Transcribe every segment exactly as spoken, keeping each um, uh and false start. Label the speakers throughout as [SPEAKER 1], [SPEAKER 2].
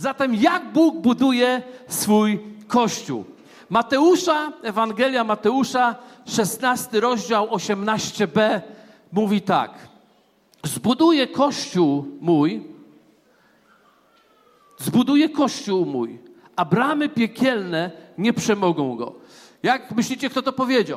[SPEAKER 1] Zatem jak Bóg buduje swój Kościół? Mateusza, Ewangelia Mateusza, szesnasty rozdział, osiemnaście b mówi tak. Zbuduję Kościół mój, zbuduję Kościół mój, a bramy piekielne nie przemogą go. Jak myślicie, kto to powiedział?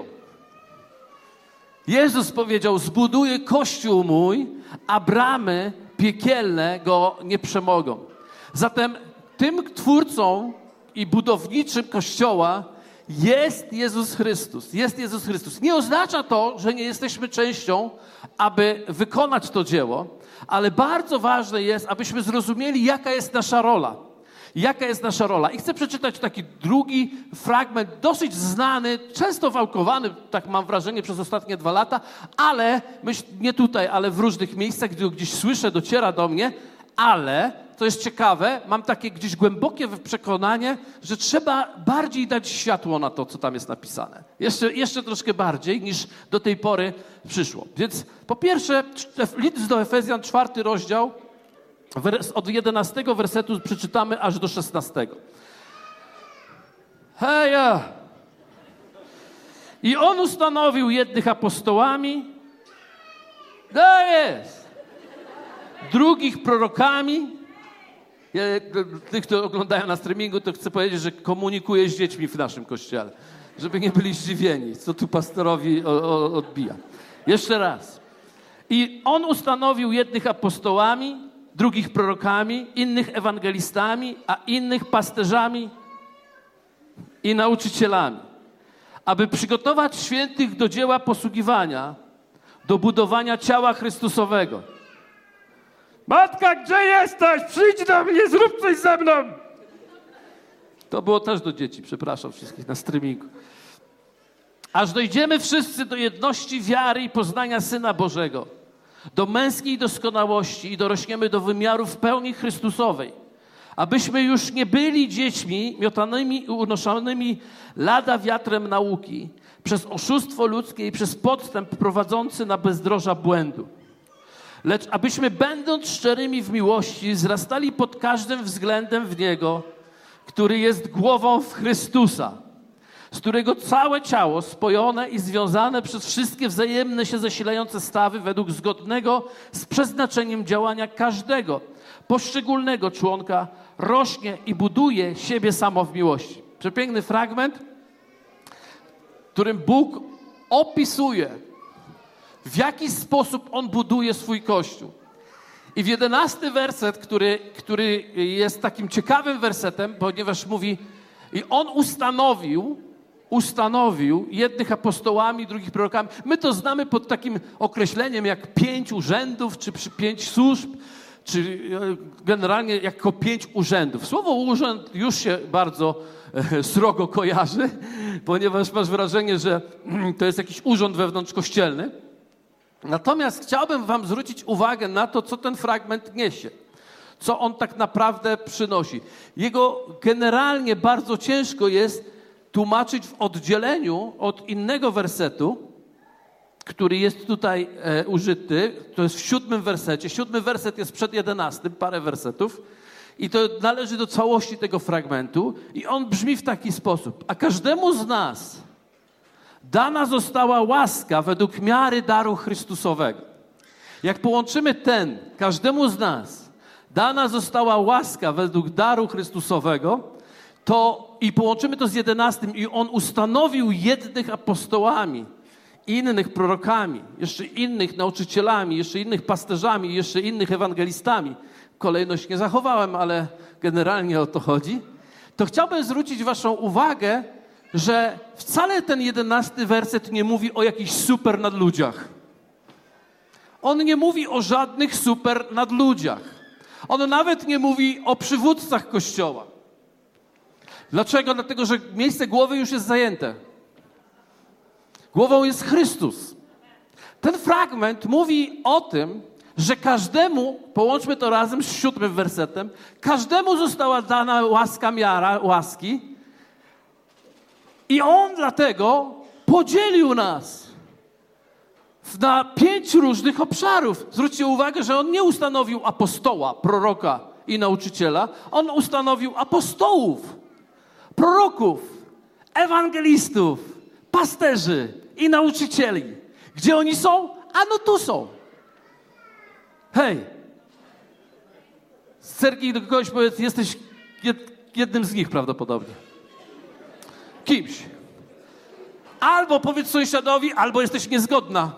[SPEAKER 1] Jezus powiedział, zbuduję Kościół mój, a bramy piekielne go nie przemogą. Zatem tym twórcą i budowniczym Kościoła jest Jezus Chrystus. Jest Jezus Chrystus. Nie oznacza to, że nie jesteśmy częścią, aby wykonać to dzieło, ale bardzo ważne jest, abyśmy zrozumieli, jaka jest nasza rola. Jaka jest nasza rola. I chcę przeczytać taki drugi fragment, dosyć znany, często wałkowany, tak mam wrażenie, przez ostatnie dwa lata, ale myśl, nie tutaj, ale w różnych miejscach, gdzie gdzieś słyszę, dociera do mnie, ale to jest ciekawe, mam takie gdzieś głębokie przekonanie, że trzeba bardziej dać światło na to, co tam jest napisane. Jeszcze, jeszcze troszkę bardziej, niż do tej pory przyszło. Więc po pierwsze, list do Efezjan, czwarty rozdział, od jedenastego wersetu przeczytamy aż do szesnastego. Heja! I on ustanowił jednych apostołami, to jest, drugich prorokami. Ja, tych, którzy oglądają na streamingu, to chcę powiedzieć, że komunikuję z dziećmi w naszym kościele, żeby nie byli zdziwieni, co tu pastorowi o, o, odbija. Jeszcze raz. I on ustanowił jednych apostołami, drugich prorokami, innych ewangelistami, a innych pasterzami i nauczycielami, aby przygotować świętych do dzieła posługiwania, do budowania ciała Chrystusowego. Matka, gdzie jesteś? Przyjdź do mnie, zrób coś ze mną. To było też do dzieci, przepraszam wszystkich na streamingu. Aż dojdziemy wszyscy do jedności wiary i poznania Syna Bożego, do męskiej doskonałości i dorośniemy do wymiaru w pełni Chrystusowej, abyśmy już nie byli dziećmi miotanymi i unoszonymi lada wiatrem nauki, przez oszustwo ludzkie i przez podstęp prowadzący na bezdroża błędu. Lecz abyśmy, będąc szczerymi w miłości, wzrastali pod każdym względem w Niego, który jest głową w Chrystusa, z którego całe ciało spojone i związane przez wszystkie wzajemne się zasilające stawy według zgodnego z przeznaczeniem działania każdego poszczególnego członka rośnie i buduje siebie samo w miłości. Przepiękny fragment, w którym Bóg opisuje, w jaki sposób On buduje swój Kościół. I w jedenasty werset, który, który jest takim ciekawym wersetem, ponieważ mówi, i On ustanowił, ustanowił jednych apostołami, drugich prorokami. My to znamy pod takim określeniem jak pięć urzędów, czy pięć służb, czy generalnie jako pięć urzędów. Słowo urząd już się bardzo e, srogo kojarzy, ponieważ masz wrażenie, że to jest jakiś urząd wewnątrzkościelny. Natomiast chciałbym wam zwrócić uwagę na to, co ten fragment niesie. Co on tak naprawdę przynosi. Jego generalnie bardzo ciężko jest tłumaczyć w oddzieleniu od innego wersetu, który jest tutaj e, użyty. To jest w siódmym wersecie. Siódmy werset jest przed jedenastym, parę wersetów. I to należy do całości tego fragmentu. I on brzmi w taki sposób. A każdemu z nas dana została łaska według miary daru Chrystusowego. Jak połączymy ten, każdemu z nas dana została łaska według daru Chrystusowego, to i połączymy to z jedenastym i on ustanowił jednych apostołami, innych prorokami, jeszcze innych nauczycielami, jeszcze innych pasterzami, jeszcze innych ewangelistami. Kolejność nie zachowałem, ale generalnie o to chodzi. To chciałbym zwrócić waszą uwagę, że wcale ten jedenasty werset nie mówi o jakichś super nadludziach. On nie mówi o żadnych super nadludziach. On nawet nie mówi o przywódcach Kościoła. Dlaczego? Dlatego, że miejsce głowy już jest zajęte. Głową jest Chrystus. Ten fragment mówi o tym, że każdemu, połączmy to razem z siódmym wersetem, każdemu została dana łaska, miara łaski i On dlatego podzielił nas na pięć różnych obszarów. Zwróćcie uwagę, że On nie ustanowił apostoła, proroka, i nauczyciela, on ustanowił apostołów, proroków, ewangelistów, pasterzy i nauczycieli. Gdzie oni są? A no tu są. Hej, Sergiej, do kogoś powiedz, jesteś jednym z nich prawdopodobnie. Kimś. Albo powiedz sąsiadowi, albo jesteś niezgodna.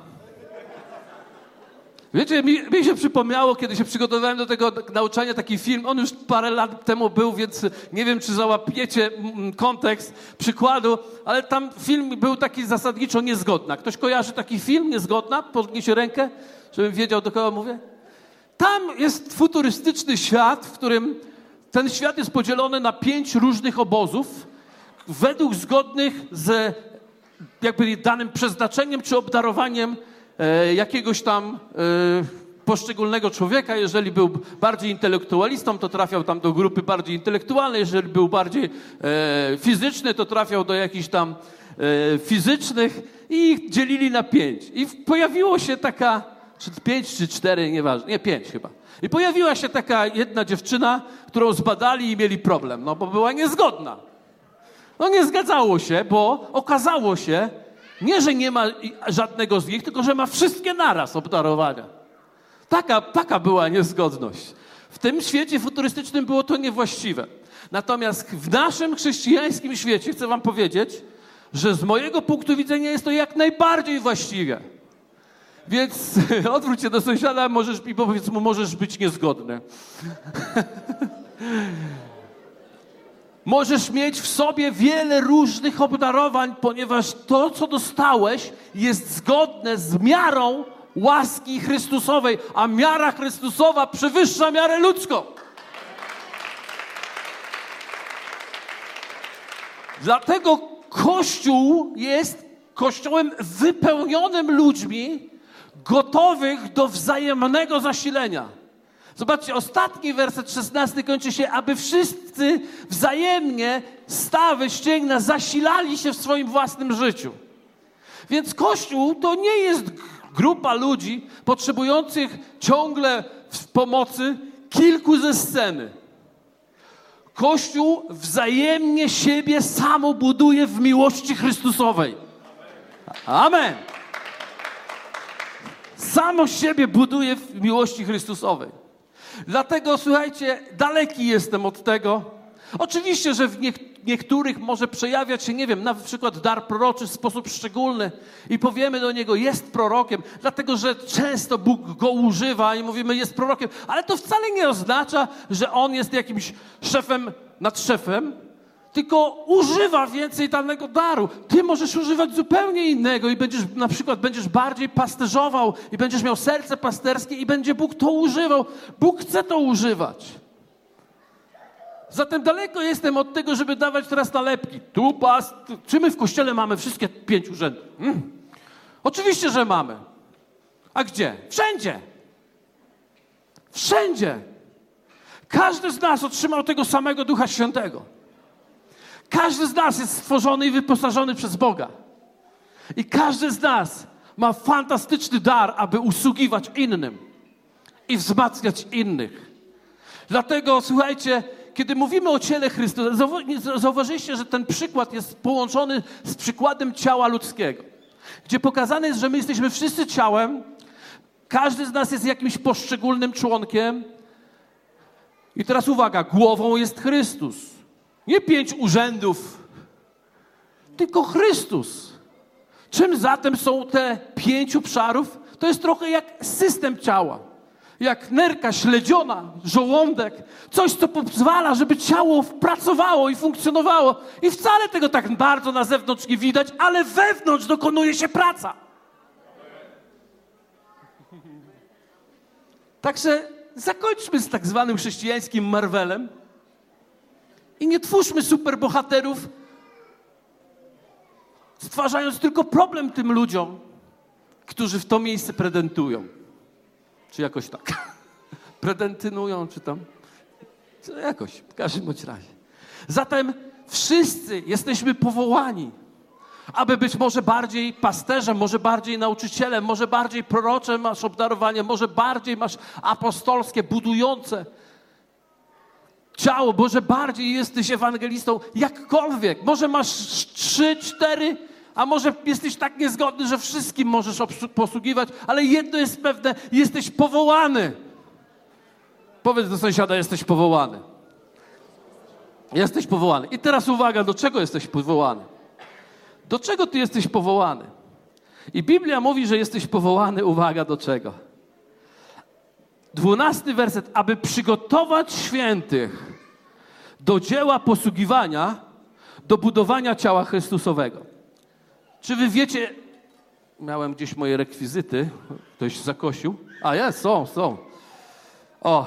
[SPEAKER 1] Wiecie, mi, mi się przypomniało, kiedy się przygotowywałem do tego nauczania, taki film, on już parę lat temu był, więc nie wiem, czy załapiecie kontekst przykładu, ale tam film był taki zasadniczo niezgodna. Ktoś kojarzy taki film, niezgodna? Podniesie rękę, żebym wiedział, do kogo mówię. Tam jest futurystyczny świat, w którym ten świat jest podzielony na pięć różnych obozów, według zgodnych z jakby danym przeznaczeniem czy obdarowaniem e, jakiegoś tam e, poszczególnego człowieka. Jeżeli był bardziej intelektualistą, to trafiał tam do grupy bardziej intelektualnej. Jeżeli był bardziej e, fizyczny, to trafiał do jakichś tam e, fizycznych i ich dzielili na pięć. I pojawiło się taka, czy pięć, czy cztery, nieważne, nie, pięć chyba. I pojawiła się taka jedna dziewczyna, którą zbadali i mieli problem, no bo była niezgodna. No nie zgadzało się, bo okazało się, nie, że nie ma żadnego z nich, tylko że ma wszystkie naraz obdarowania. Taka, taka była niezgodność. W tym świecie futurystycznym było to niewłaściwe. Natomiast w naszym chrześcijańskim świecie chcę wam powiedzieć, że z mojego punktu widzenia jest to jak najbardziej właściwe. Więc odwróć się do sąsiada możesz, i powiedz mu, możesz być niezgodny. Możesz mieć w sobie wiele różnych obdarowań, ponieważ to, co dostałeś, jest zgodne z miarą łaski Chrystusowej, a miara Chrystusowa przewyższa miarę ludzką. Dlatego Kościół jest Kościołem wypełnionym ludźmi, gotowych do wzajemnego zasilenia. Zobaczcie, ostatni werset szesnasty kończy się, aby wszyscy wzajemnie stawy, ścięgna zasilali się w swoim własnym życiu. Więc Kościół to nie jest grupa ludzi potrzebujących ciągle pomocy kilku ze sceny. Kościół wzajemnie siebie samo buduje w miłości Chrystusowej. Amen. Samo siebie buduje w miłości Chrystusowej. Dlatego, słuchajcie, daleki jestem od tego. Oczywiście, że w niek- niektórych może przejawiać się, nie wiem, na przykład dar proroczy w sposób szczególny i powiemy do niego, jest prorokiem, dlatego, że często Bóg go używa i mówimy, jest prorokiem, ale to wcale nie oznacza, że on jest jakimś szefem nad szefem, tylko używa więcej danego daru. Ty możesz używać zupełnie innego i będziesz, na przykład będziesz bardziej pasterzował i będziesz miał serce pasterskie i będzie Bóg to używał. Bóg chce to używać. Zatem daleko jestem od tego, żeby dawać teraz nalepki. Tu pas... Czy my w Kościele mamy wszystkie pięć urzędów? Hmm. Oczywiście, że mamy. A gdzie? Wszędzie. Wszędzie. Każdy z nas otrzymał tego samego Ducha Świętego. Każdy z nas jest stworzony i wyposażony przez Boga. I każdy z nas ma fantastyczny dar, aby usługiwać innym i wzmacniać innych. Dlatego, słuchajcie, kiedy mówimy o ciele Chrystusa, zauważyliście, że ten przykład jest połączony z przykładem ciała ludzkiego, gdzie pokazane jest, że my jesteśmy wszyscy ciałem, każdy z nas jest jakimś poszczególnym członkiem. I teraz uwaga, głową jest Chrystus. Nie pięć urzędów, tylko Chrystus. Czym zatem są te pięć obszarów? To jest trochę jak system ciała. Jak nerka śledziona, żołądek. Coś, co pozwala, żeby ciało pracowało i funkcjonowało. I wcale tego tak bardzo na zewnątrz nie widać, ale wewnątrz dokonuje się praca. Także zakończmy z tak zwanym chrześcijańskim Marvelem. I nie twórzmy superbohaterów, stwarzając tylko problem tym ludziom, którzy w to miejsce predentują. Czy jakoś tak. Predentynują, czy tam. Co jakoś, w każdym bądź razie. Zatem wszyscy jesteśmy powołani, aby być może bardziej pasterzem, może bardziej nauczycielem, może bardziej proroczem masz obdarowanie, może bardziej masz apostolskie, budujące. ciało, może bardziej jesteś ewangelistą, jakkolwiek. Może masz trzy, cztery, a może jesteś tak niezgodny, że wszystkim możesz posługiwać, ale jedno jest pewne, jesteś powołany. Powiedz do sąsiada, jesteś powołany. Jesteś powołany. I teraz uwaga, do czego jesteś powołany? Do czego ty jesteś powołany? I Biblia mówi, że jesteś powołany, uwaga, do czego? Dwunasty werset, aby przygotować świętych do dzieła posługiwania, do budowania ciała Chrystusowego. Czy wy wiecie, miałem gdzieś moje rekwizyty, ktoś zakosił. A jest, są, są. O,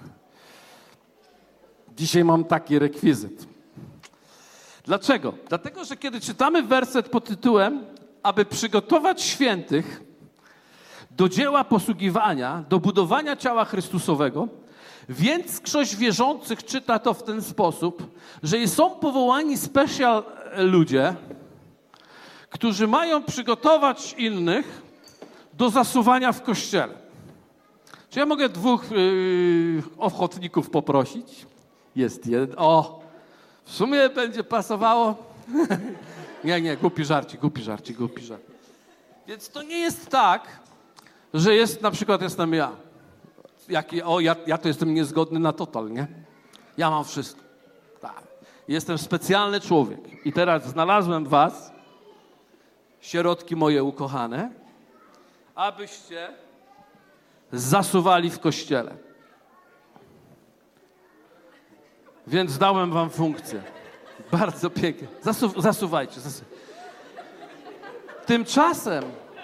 [SPEAKER 1] dzisiaj mam taki rekwizyt. Dlaczego? Dlatego, że kiedy czytamy werset pod tytułem, aby przygotować świętych do dzieła posługiwania, do budowania ciała Chrystusowego, większość wierzących czyta to w ten sposób, że są powołani specjal ludzie, którzy mają przygotować innych do zasuwania w kościele. Czy ja mogę dwóch yy, ochotników poprosić? Jest jeden. O, w sumie będzie pasowało. nie, nie, głupi żarci, głupi żarci, głupi żarci. Więc to nie jest tak, że jest, na przykład jestem ja. Jaki, o, ja, ja to jestem niezgodny na total, nie? Ja mam wszystko. Tak. Jestem specjalny człowiek. I teraz znalazłem was, sierotki moje ukochane, abyście zasuwali w kościele. Więc dałem wam funkcję. Bardzo pięknie. Zasu, zasuwajcie. Zasu. Tymczasem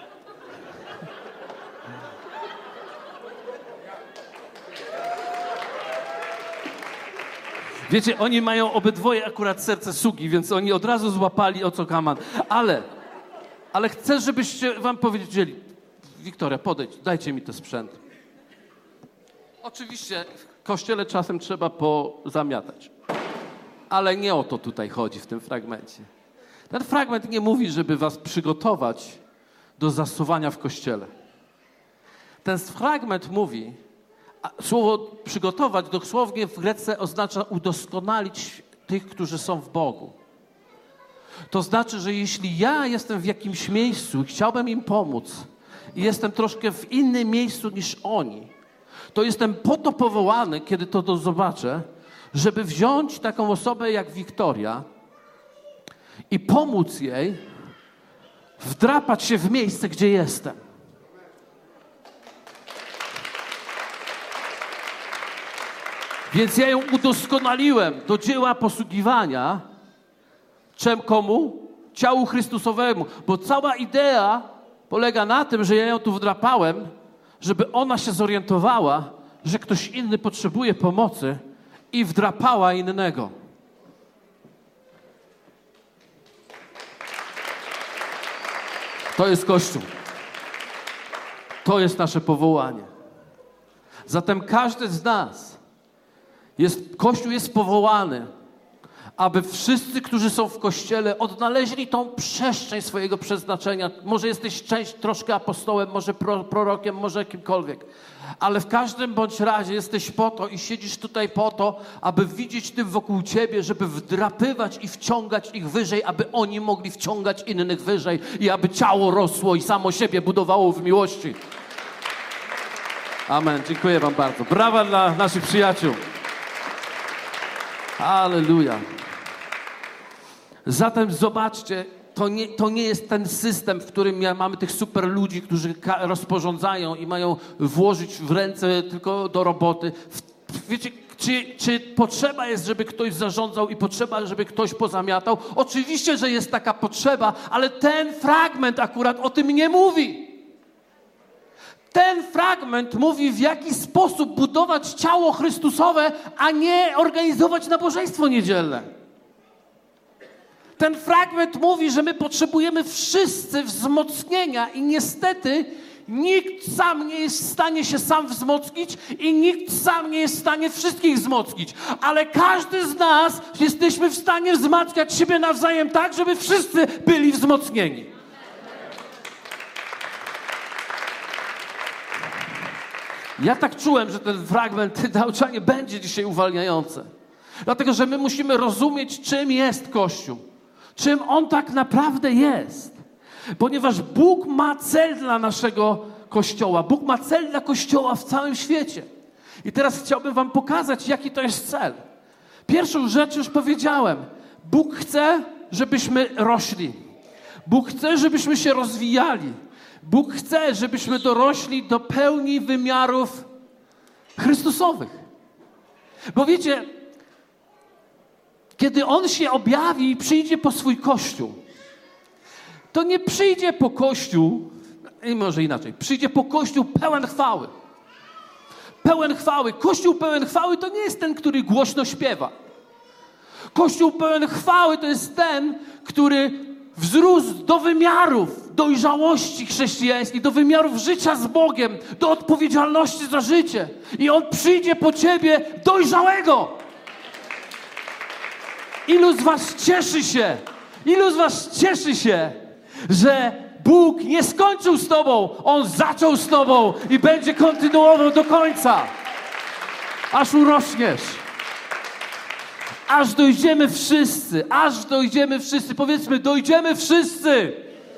[SPEAKER 1] wiecie, oni mają obydwoje akurat serce sługi, więc oni od razu złapali, o co kaman. Ale, ale chcę, żebyście wam powiedzieli, Wiktoria, podejdź, dajcie mi ten sprzęt. Oczywiście w kościele czasem trzeba pozamiatać. Ale nie o to tutaj chodzi w tym fragmencie. Ten fragment nie mówi, żeby was przygotować do zasuwania w kościele. Ten fragment mówi, a słowo przygotować dosłownie w grece oznacza udoskonalić tych, którzy są w Bogu. To znaczy, że jeśli ja jestem w jakimś miejscu i chciałbym im pomóc i jestem troszkę w innym miejscu niż oni, to jestem po to powołany, kiedy to, to zobaczę, żeby wziąć taką osobę jak Wiktoria i pomóc jej wdrapać się w miejsce, gdzie jestem. Więc ja ją udoskonaliłem do dzieła posługiwania. Czem komu? Ciału Chrystusowemu. Bo cała idea polega na tym, że ja ją tu wdrapałem, żeby ona się zorientowała, że ktoś inny potrzebuje pomocy i wdrapała innego. To jest Kościół. To jest nasze powołanie. Zatem każdy z nas jest, Kościół jest powołany, aby wszyscy, którzy są w Kościele, odnaleźli tą przestrzeń swojego przeznaczenia. Może jesteś część, troszkę apostołem, może pro, prorokiem, może kimkolwiek. Ale w każdym bądź razie jesteś po to i siedzisz tutaj po to, aby widzieć tym wokół ciebie, żeby wdrapywać i wciągać ich wyżej, aby oni mogli wciągać innych wyżej i aby ciało rosło i samo siebie budowało w miłości. Amen. Dziękuję wam bardzo. Brawa dla naszych przyjaciół. Halleluja. Zatem zobaczcie, to nie, to nie jest ten system, w którym ja, mamy tych super ludzi, którzy ka- rozporządzają i mają włożyć w ręce tylko do roboty. W, wiecie, czy, czy potrzeba jest, żeby ktoś zarządzał i potrzeba, żeby ktoś pozamiatał? Oczywiście, że jest taka potrzeba, ale ten fragment akurat o tym nie mówi. Ten fragment mówi, w jaki sposób budować ciało Chrystusowe, a nie organizować nabożeństwo niedzielne. Ten fragment mówi, że my potrzebujemy wszyscy wzmocnienia i niestety nikt sam nie jest w stanie się sam wzmocnić i nikt sam nie jest w stanie wszystkich wzmocnić. Ale każdy z nas jesteśmy w stanie wzmacniać siebie nawzajem tak, żeby wszyscy byli wzmocnieni. Ja tak czułem, że ten fragment nauczanie będzie dzisiaj uwalniające. Dlatego, że my musimy rozumieć, czym jest Kościół. Czym on tak naprawdę jest. Ponieważ Bóg ma cel dla naszego Kościoła. Bóg ma cel dla Kościoła w całym świecie. I teraz chciałbym wam pokazać, jaki to jest cel. Pierwszą rzecz już powiedziałem. Bóg chce, żebyśmy rośli. Bóg chce, żebyśmy się rozwijali. Bóg chce, żebyśmy dorośli do pełni wymiarów Chrystusowych. Bo wiecie, kiedy On się objawi i przyjdzie po swój Kościół, to nie przyjdzie po Kościół, i może inaczej, przyjdzie po Kościół pełen chwały. Pełen chwały. Kościół pełen chwały to nie jest ten, który głośno śpiewa. Kościół pełen chwały to jest ten, który wzrósł do wymiarów dojrzałości chrześcijańskiej, do wymiarów życia z Bogiem, do odpowiedzialności za życie. I On przyjdzie po ciebie dojrzałego. Ilu z was cieszy się, ilu z was cieszy się, że Bóg nie skończył z tobą, On zaczął z tobą i będzie kontynuował do końca, aż urośniesz. Aż dojdziemy wszyscy, aż dojdziemy wszyscy. Powiedzmy, dojdziemy wszyscy.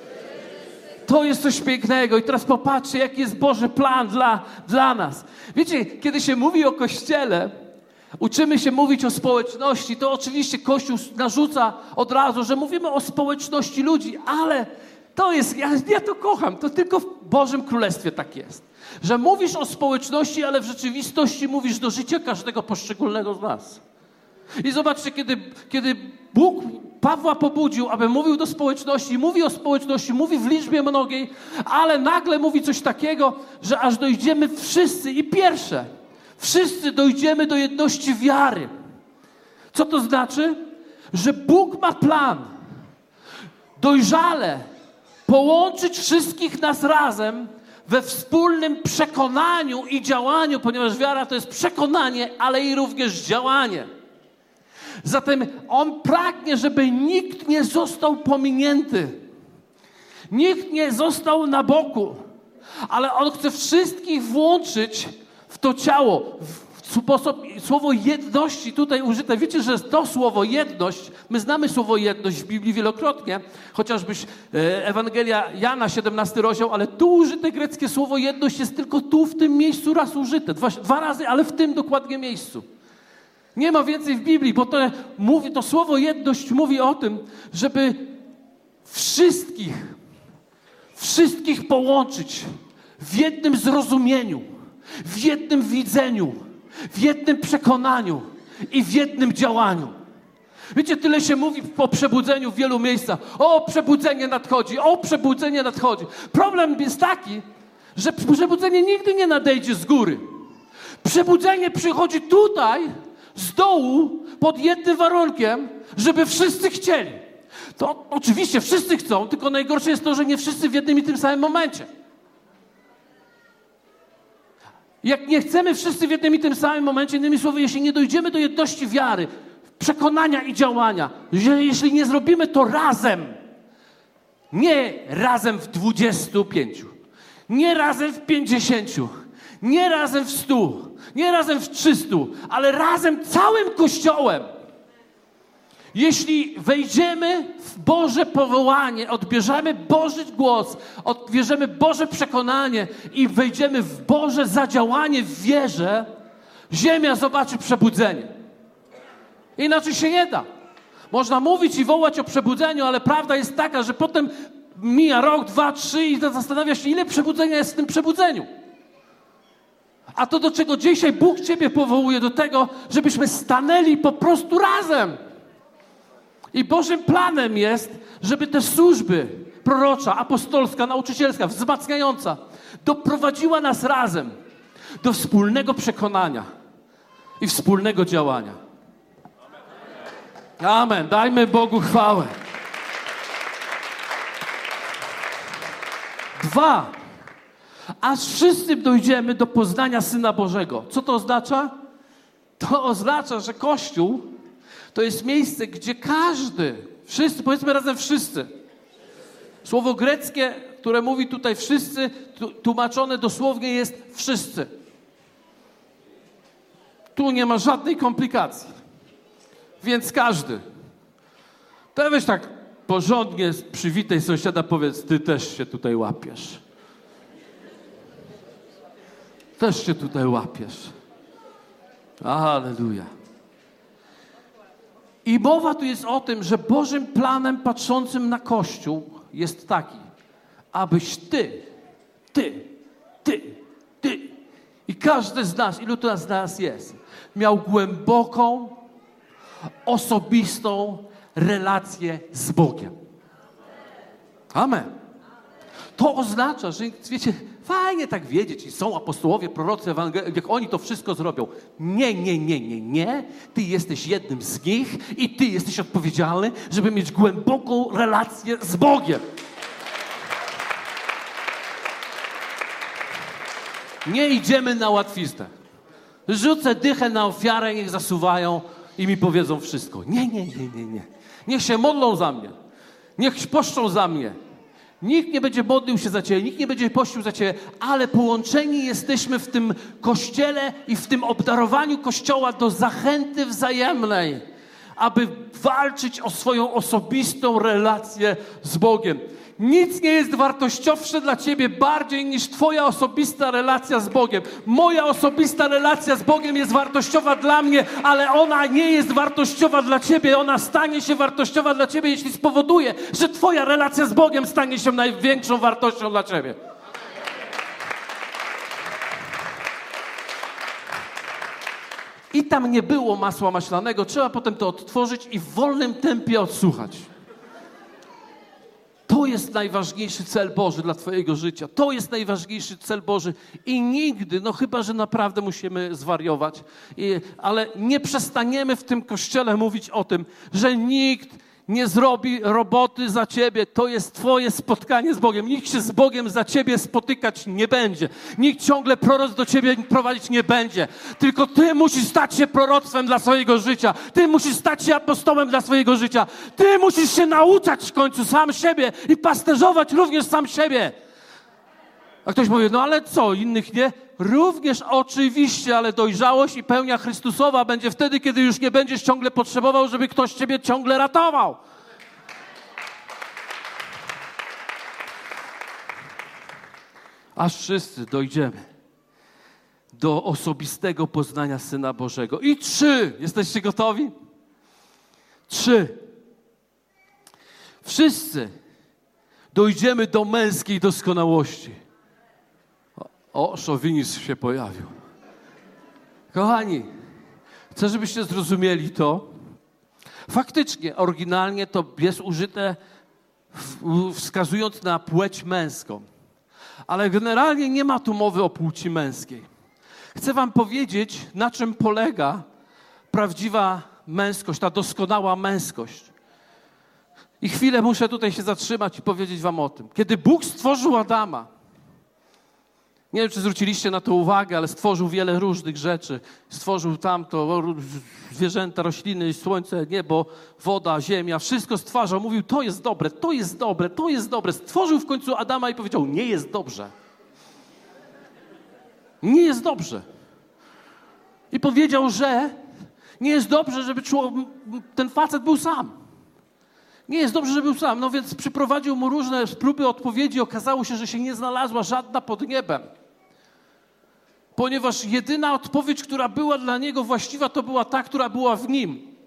[SPEAKER 1] To jest coś pięknego. I teraz popatrzcie, jaki jest Boży plan dla, dla nas. Wiecie, kiedy się mówi o Kościele, uczymy się mówić o społeczności, to oczywiście Kościół narzuca od razu, że mówimy o społeczności ludzi, ale to jest, ja, ja to kocham, to tylko w Bożym Królestwie tak jest. Że mówisz o społeczności, ale w rzeczywistości mówisz do życia każdego poszczególnego z nas. I zobaczcie, kiedy, kiedy Bóg Pawła pobudził, aby mówił do społeczności, mówi o społeczności, mówi w liczbie mnogiej, ale nagle mówi coś takiego, że aż dojdziemy wszyscy i pierwsze, wszyscy dojdziemy do jedności wiary. Co to znaczy? Że Bóg ma plan dojrzale połączyć wszystkich nas razem we wspólnym przekonaniu i działaniu, ponieważ wiara to jest przekonanie, ale i również działanie. Zatem On pragnie, żeby nikt nie został pominięty. Nikt nie został na boku. Ale On chce wszystkich włączyć w to ciało. W sposób, słowo jedności tutaj użyte. Wiecie, że to słowo jedność, my znamy słowo jedność w Biblii wielokrotnie, chociażbyś Ewangelia Jana, siedemnasty rozdział, ale tu użyte greckie słowo jedność jest tylko tu, w tym miejscu raz użyte. Dwa, dwa razy, ale w tym dokładnie miejscu. Nie ma więcej w Biblii, bo to, mówi, to słowo jedność mówi o tym, żeby wszystkich, wszystkich połączyć w jednym zrozumieniu, w jednym widzeniu, w jednym przekonaniu i w jednym działaniu. Wiecie, tyle się mówi o przebudzeniu w wielu miejscach. O, przebudzenie nadchodzi, o, przebudzenie nadchodzi. Problem jest taki, że przebudzenie nigdy nie nadejdzie z góry. Przebudzenie przychodzi tutaj, z dołu, pod jednym warunkiem, żeby wszyscy chcieli. To oczywiście wszyscy chcą, tylko najgorsze jest to, że nie wszyscy w jednym i tym samym momencie. Jak nie chcemy wszyscy w jednym i tym samym momencie, innymi słowy, jeśli nie dojdziemy do jedności wiary, przekonania i działania, że jeśli nie zrobimy to razem, nie razem w dwudziestu pięciu, nie razem w pięćdziesięciu, nie razem w stu, nie razem w trzystu, ale razem całym Kościołem. Jeśli wejdziemy w Boże powołanie, odbierzemy Boży głos, odbierzemy Boże przekonanie i wejdziemy w Boże zadziałanie w wierze, ziemia zobaczy przebudzenie. Inaczej się nie da. Można mówić i wołać o przebudzeniu, ale prawda jest taka, że potem mija rok, dwa, trzy i zastanawia się, ile przebudzenia jest w tym przebudzeniu. A to, do czego dzisiaj Bóg ciebie powołuje, do tego, żebyśmy stanęli po prostu razem. I Bożym planem jest, żeby te służby prorocza, apostolska, nauczycielska, wzmacniająca doprowadziła nas razem do wspólnego przekonania i wspólnego działania. Amen. Dajmy Bogu chwałę. Dwa. Aż wszyscy dojdziemy do poznania Syna Bożego. Co to oznacza? To oznacza, że Kościół to jest miejsce, gdzie każdy, wszyscy, powiedzmy razem wszyscy. Słowo greckie, które mówi tutaj wszyscy, tłumaczone dosłownie jest wszyscy. Tu nie ma żadnej komplikacji. Więc każdy. To weź tak porządnie przywitaj sąsiada, powiedz, ty też się tutaj łapiesz. Też się tutaj łapiesz. Alleluja. I mowa tu jest o tym, że Bożym planem patrzącym na Kościół jest taki, abyś ty, ty, ty, ty i każdy z nas, ilu to z nas jest, miał głęboką, osobistą relację z Bogiem. Amen. To oznacza, że wiecie, fajnie tak wiedzieć i są apostołowie, prorocy, ewangelie, jak oni to wszystko zrobią. Nie, nie, nie, nie, nie. Ty jesteś jednym z nich i ty jesteś odpowiedzialny, żeby mieć głęboką relację z Bogiem. Nie idziemy na łatwizdę. Rzucę dychę na ofiarę, niech zasuwają i mi powiedzą wszystko. Nie, nie, nie, nie, nie. Niech się modlą za mnie. Niech poszczą za mnie. Nikt nie będzie modlił się za Ciebie, nikt nie będzie pościł za Ciebie, ale połączeni jesteśmy w tym Kościele i w tym obdarowaniu Kościoła do zachęty wzajemnej, aby walczyć o swoją osobistą relację z Bogiem. Nic nie jest wartościowsze dla Ciebie bardziej niż Twoja osobista relacja z Bogiem. Moja osobista relacja z Bogiem jest wartościowa dla mnie, ale ona nie jest wartościowa dla Ciebie. Ona stanie się wartościowa dla Ciebie, jeśli spowoduje, że Twoja relacja z Bogiem stanie się największą wartością dla Ciebie. I tam nie było masła maślanego. Trzeba potem to odtworzyć i w wolnym tempie odsłuchać. To jest najważniejszy cel Boży dla Twojego życia. To jest najważniejszy cel Boży. I nigdy, no chyba, że naprawdę musimy zwariować, i, ale nie przestaniemy w tym Kościele mówić o tym, że nikt nie zrobi roboty za Ciebie. To jest Twoje spotkanie z Bogiem. Nikt się z Bogiem za Ciebie spotykać nie będzie. Nikt ciągle proroc do Ciebie prowadzić nie będzie. Tylko Ty musisz stać się proroctwem dla swojego życia. Ty musisz stać się apostołem dla swojego życia. Ty musisz się nauczać w końcu sam siebie i pasterzować również sam siebie. A ktoś powie, no ale co, innych nie? Również oczywiście, ale dojrzałość i pełnia Chrystusowa będzie wtedy, kiedy już nie będziesz ciągle potrzebował, żeby ktoś Ciebie ciągle ratował. Aż wszyscy dojdziemy do osobistego poznania Syna Bożego. I trzy. Jesteście gotowi? Trzy. Wszyscy dojdziemy do męskiej doskonałości. O, szowinizm się pojawił. Kochani, chcę, żebyście zrozumieli to. Faktycznie, oryginalnie to jest użyte wskazując na płeć męską. Ale generalnie nie ma tu mowy o płci męskiej. Chcę wam powiedzieć, na czym polega prawdziwa męskość, ta doskonała męskość. I chwilę muszę tutaj się zatrzymać i powiedzieć wam o tym. Kiedy Bóg stworzył Adama, nie wiem, czy zwróciliście na to uwagę, ale stworzył wiele różnych rzeczy. Stworzył tamto, zwierzęta, rośliny, słońce, niebo, woda, ziemia. Wszystko stwarzał. Mówił, to jest dobre, to jest dobre, to jest dobre. Stworzył w końcu Adama i powiedział, nie jest dobrze. Nie jest dobrze. I powiedział, że nie jest dobrze, żeby ten facet był sam. Nie jest dobrze, żeby był sam. No więc przyprowadził mu różne próby odpowiedzi. Okazało się, że się nie znalazła żadna pod niebem. Ponieważ jedyna odpowiedź, która była dla niego właściwa, to była ta, która była w nim.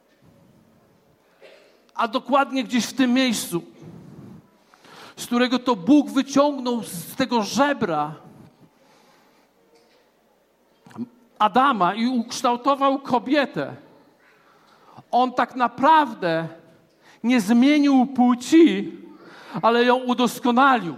[SPEAKER 1] A dokładnie gdzieś w tym miejscu, z którego to Bóg wyciągnął z tego żebra Adama i ukształtował kobietę. On tak naprawdę nie zmienił płci, ale ją udoskonalił.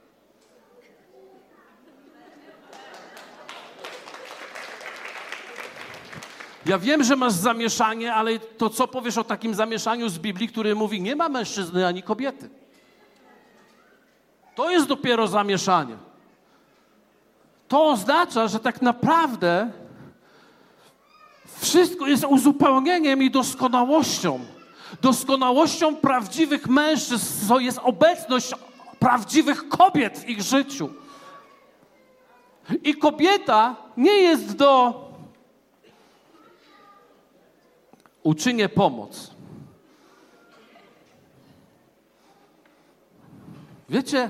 [SPEAKER 1] Ja wiem, że masz zamieszanie, ale to co powiesz o takim zamieszaniu z Biblii, który mówi, nie ma mężczyzny ani kobiety. To jest dopiero zamieszanie. To oznacza, że tak naprawdę wszystko jest uzupełnieniem i doskonałością. Doskonałością prawdziwych mężczyzn to jest obecność prawdziwych kobiet w ich życiu. I kobieta nie jest do uczynię pomoc. Wiecie,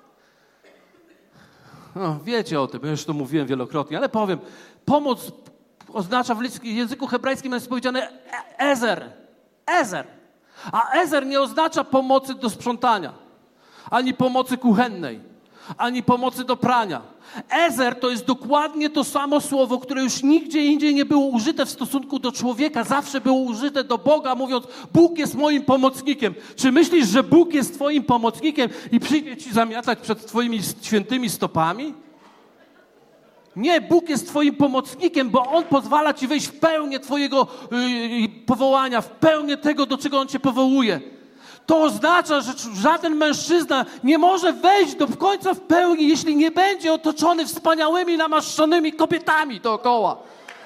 [SPEAKER 1] no, wiecie o tym, ja już to mówiłem wielokrotnie, ale powiem, pomoc oznacza w języku hebrajskim jest powiedziane ezer, ezer. A ezer nie oznacza pomocy do sprzątania, ani pomocy kuchennej, ani pomocy do prania. Ezer to jest dokładnie to samo słowo, które już nigdzie indziej nie było użyte w stosunku do człowieka. Zawsze było użyte do Boga, mówiąc, Bóg jest moim pomocnikiem. Czy myślisz, że Bóg jest twoim pomocnikiem i przyjdzie ci zamiatać przed twoimi świętymi stopami? Nie, Bóg jest twoim pomocnikiem, bo On pozwala ci wejść w pełnię twojego yy, powołania, w pełnię tego, do czego On cię powołuje. To oznacza, że żaden mężczyzna nie może wejść do końca w pełni, jeśli nie będzie otoczony wspaniałymi, namaszczonymi kobietami dookoła.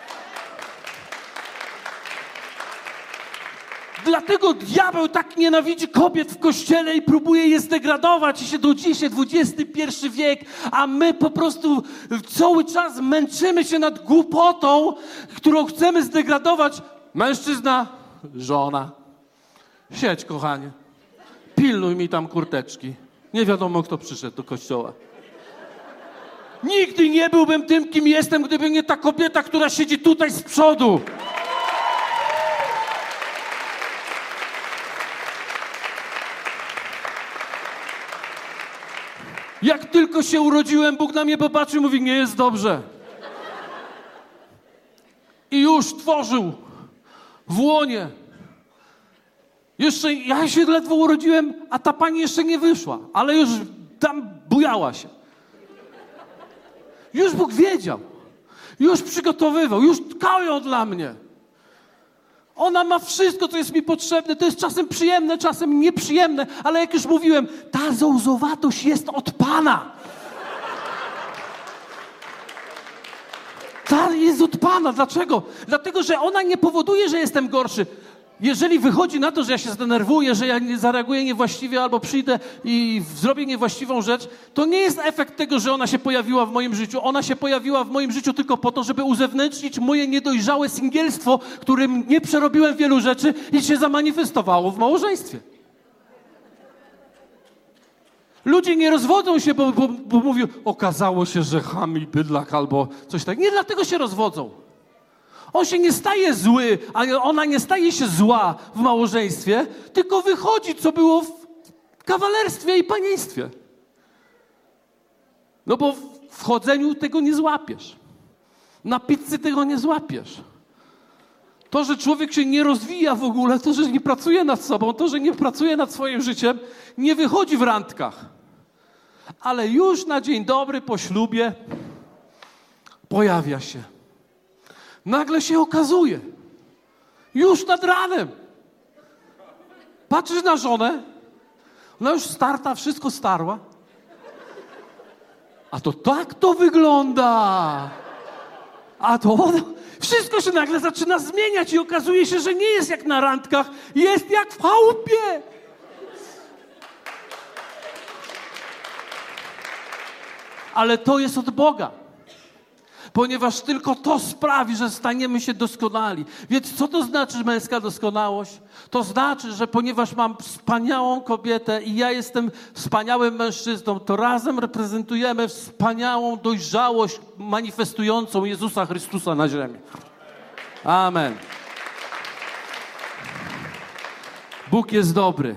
[SPEAKER 1] Dlatego diabeł tak nienawidzi kobiet w kościele i próbuje je zdegradować i się do dzisiaj, dwudziesty pierwszy wiek, a my po prostu cały czas męczymy się nad głupotą, którą chcemy zdegradować. Mężczyzna, żona. Siedź, kochanie. Pilnuj mi tam kurteczki. Nie wiadomo, kto przyszedł do kościoła. Nigdy nie byłbym tym, kim jestem, gdyby nie ta kobieta, która siedzi tutaj z przodu. Jak tylko się urodziłem, Bóg na mnie popatrzył i mówi, nie jest dobrze. I już tworzył w łonie. Jeszcze ja się ledwo urodziłem, a ta pani jeszcze nie wyszła, ale już tam bujała się. Już Bóg wiedział. Już przygotowywał, już tkał ją dla mnie. Ona ma wszystko, co jest mi potrzebne. To jest czasem przyjemne, czasem nieprzyjemne, ale jak już mówiłem, ta zołzowatość jest od Pana. Ta jest od Pana. Dlaczego? Dlatego, że ona nie powoduje, że jestem gorszy. Jeżeli wychodzi na to, że ja się zdenerwuję, że ja nie zareaguję niewłaściwie albo przyjdę i zrobię niewłaściwą rzecz, to nie jest efekt tego, że ona się pojawiła w moim życiu. Ona się pojawiła w moim życiu tylko po to, żeby uzewnętrznić moje niedojrzałe singielstwo, którym nie przerobiłem wielu rzeczy i się zamanifestowało w małżeństwie. Ludzie nie rozwodzą się, bo, bo, bo mówią, okazało się, że cham i bydlak albo coś takiego. Nie dlatego się rozwodzą. On się nie staje zły, a ona nie staje się zła w małżeństwie, tylko wychodzi, co było w kawalerstwie i panieństwie. No bo w chodzeniu tego nie złapiesz. Na pizzy tego nie złapiesz. To, że człowiek się nie rozwija w ogóle, to, że nie pracuje nad sobą, to, że nie pracuje nad swoim życiem, nie wychodzi w randkach. Ale już na dzień dobry po ślubie pojawia się. Nagle się okazuje, już nad ranem. Patrzysz na żonę, ona już starta, wszystko starła. A to tak to wygląda. A to wszystko się nagle zaczyna zmieniać i okazuje się, że nie jest jak na randkach, jest jak w chałupie. Ale to jest od Boga. Ponieważ tylko to sprawi, że staniemy się doskonali. Więc co to znaczy męska doskonałość? To znaczy, że ponieważ mam wspaniałą kobietę i ja jestem wspaniałym mężczyzną, to razem reprezentujemy wspaniałą dojrzałość manifestującą Jezusa Chrystusa na ziemi. Amen. Bóg jest dobry.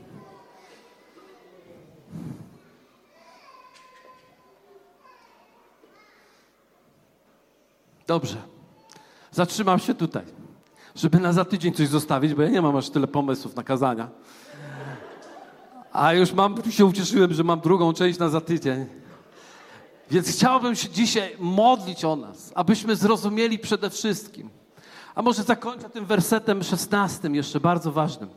[SPEAKER 1] Dobrze. Zatrzymam się tutaj, żeby na za tydzień coś zostawić, bo ja nie mam aż tyle pomysłów na kazania. A już mam, się ucieszyłem, że mam drugą część na za tydzień. Więc chciałbym się dzisiaj modlić o nas, abyśmy zrozumieli przede wszystkim. A może zakończę tym wersetem szesnastym, jeszcze bardzo ważnym.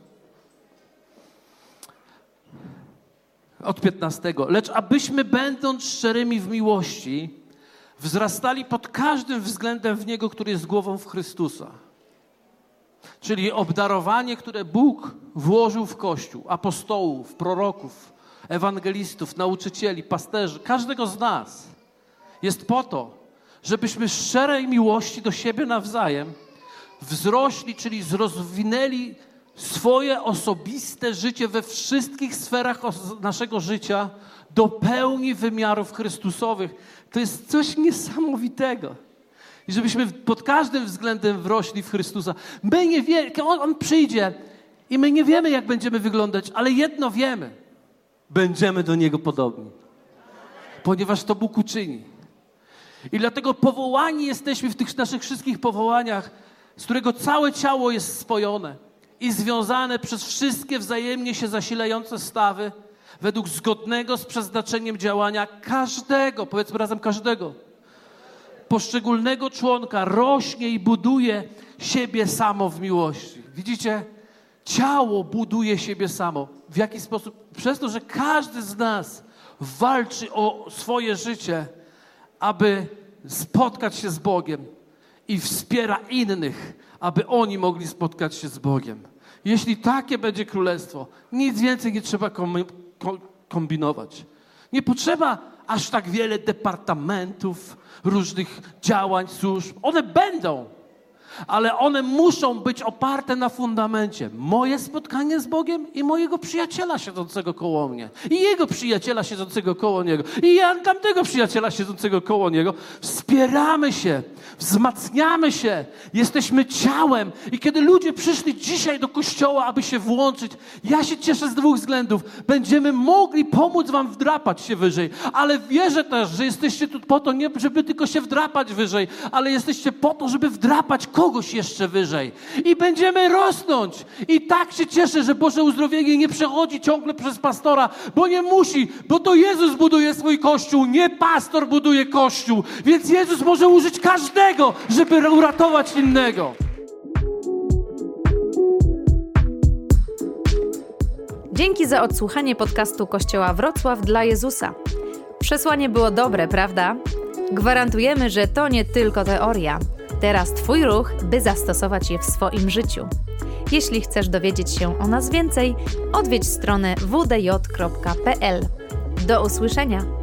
[SPEAKER 1] Od piętnastego. Lecz abyśmy, będąc szczerymi w miłości, wzrastali pod każdym względem w Niego, który jest głową w Chrystusa. Czyli obdarowanie, które Bóg włożył w Kościół, apostołów, proroków, ewangelistów, nauczycieli, pasterzy, każdego z nas jest po to, żebyśmy z szczerej miłości do siebie nawzajem wzrośli, czyli rozwinęli swoje osobiste życie we wszystkich sferach naszego życia do pełni wymiarów Chrystusowych. To jest coś niesamowitego. I żebyśmy pod każdym względem wrośli w Chrystusa. My nie wiemy, on, on przyjdzie i my nie wiemy, jak będziemy wyglądać, ale jedno wiemy. Będziemy do Niego podobni. Ponieważ to Bóg uczyni. I dlatego powołani jesteśmy w tych naszych wszystkich powołaniach, z którego całe ciało jest spojone i związane przez wszystkie wzajemnie się zasilające stawy według zgodnego z przeznaczeniem działania każdego, powiedzmy razem każdego, poszczególnego członka rośnie i buduje siebie samo w miłości. Widzicie? Ciało buduje siebie samo. W jaki sposób? Przez to, że każdy z nas walczy o swoje życie, aby spotkać się z Bogiem i wspiera innych, aby oni mogli spotkać się z Bogiem. Jeśli takie będzie królestwo, nic więcej nie trzeba kombinować. Nie potrzeba aż tak wiele departamentów, różnych działań, służb. One będą, ale one muszą być oparte na fundamencie. Moje spotkanie z Bogiem i mojego przyjaciela siedzącego koło mnie. I jego przyjaciela siedzącego koło niego. I ja tamtego przyjaciela siedzącego koło niego. Wspieramy się, wzmacniamy się. Jesteśmy ciałem. I kiedy ludzie przyszli dzisiaj do kościoła, aby się włączyć, ja się cieszę z dwóch względów. Będziemy mogli pomóc wam wdrapać się wyżej. Ale wierzę też, że jesteście tu po to, nie żeby tylko się wdrapać wyżej, ale jesteście po to, żeby wdrapać kogoś jeszcze wyżej. I będziemy rosnąć. I tak się cieszę, że Boże uzdrowienie nie przechodzi ciągle przez pastora, bo nie musi, bo to Jezus buduje swój Kościół, nie pastor buduje Kościół. Więc Jezus może użyć każdego, żeby uratować innego.
[SPEAKER 2] Dzięki za odsłuchanie podcastu Kościoła Wrocław dla Jezusa. Przesłanie było dobre, prawda? Gwarantujemy, że to nie tylko teoria. Teraz Twój ruch, by zastosować je w swoim życiu. Jeśli chcesz dowiedzieć się o nas więcej, odwiedź stronę w d j kropka p l. Do usłyszenia!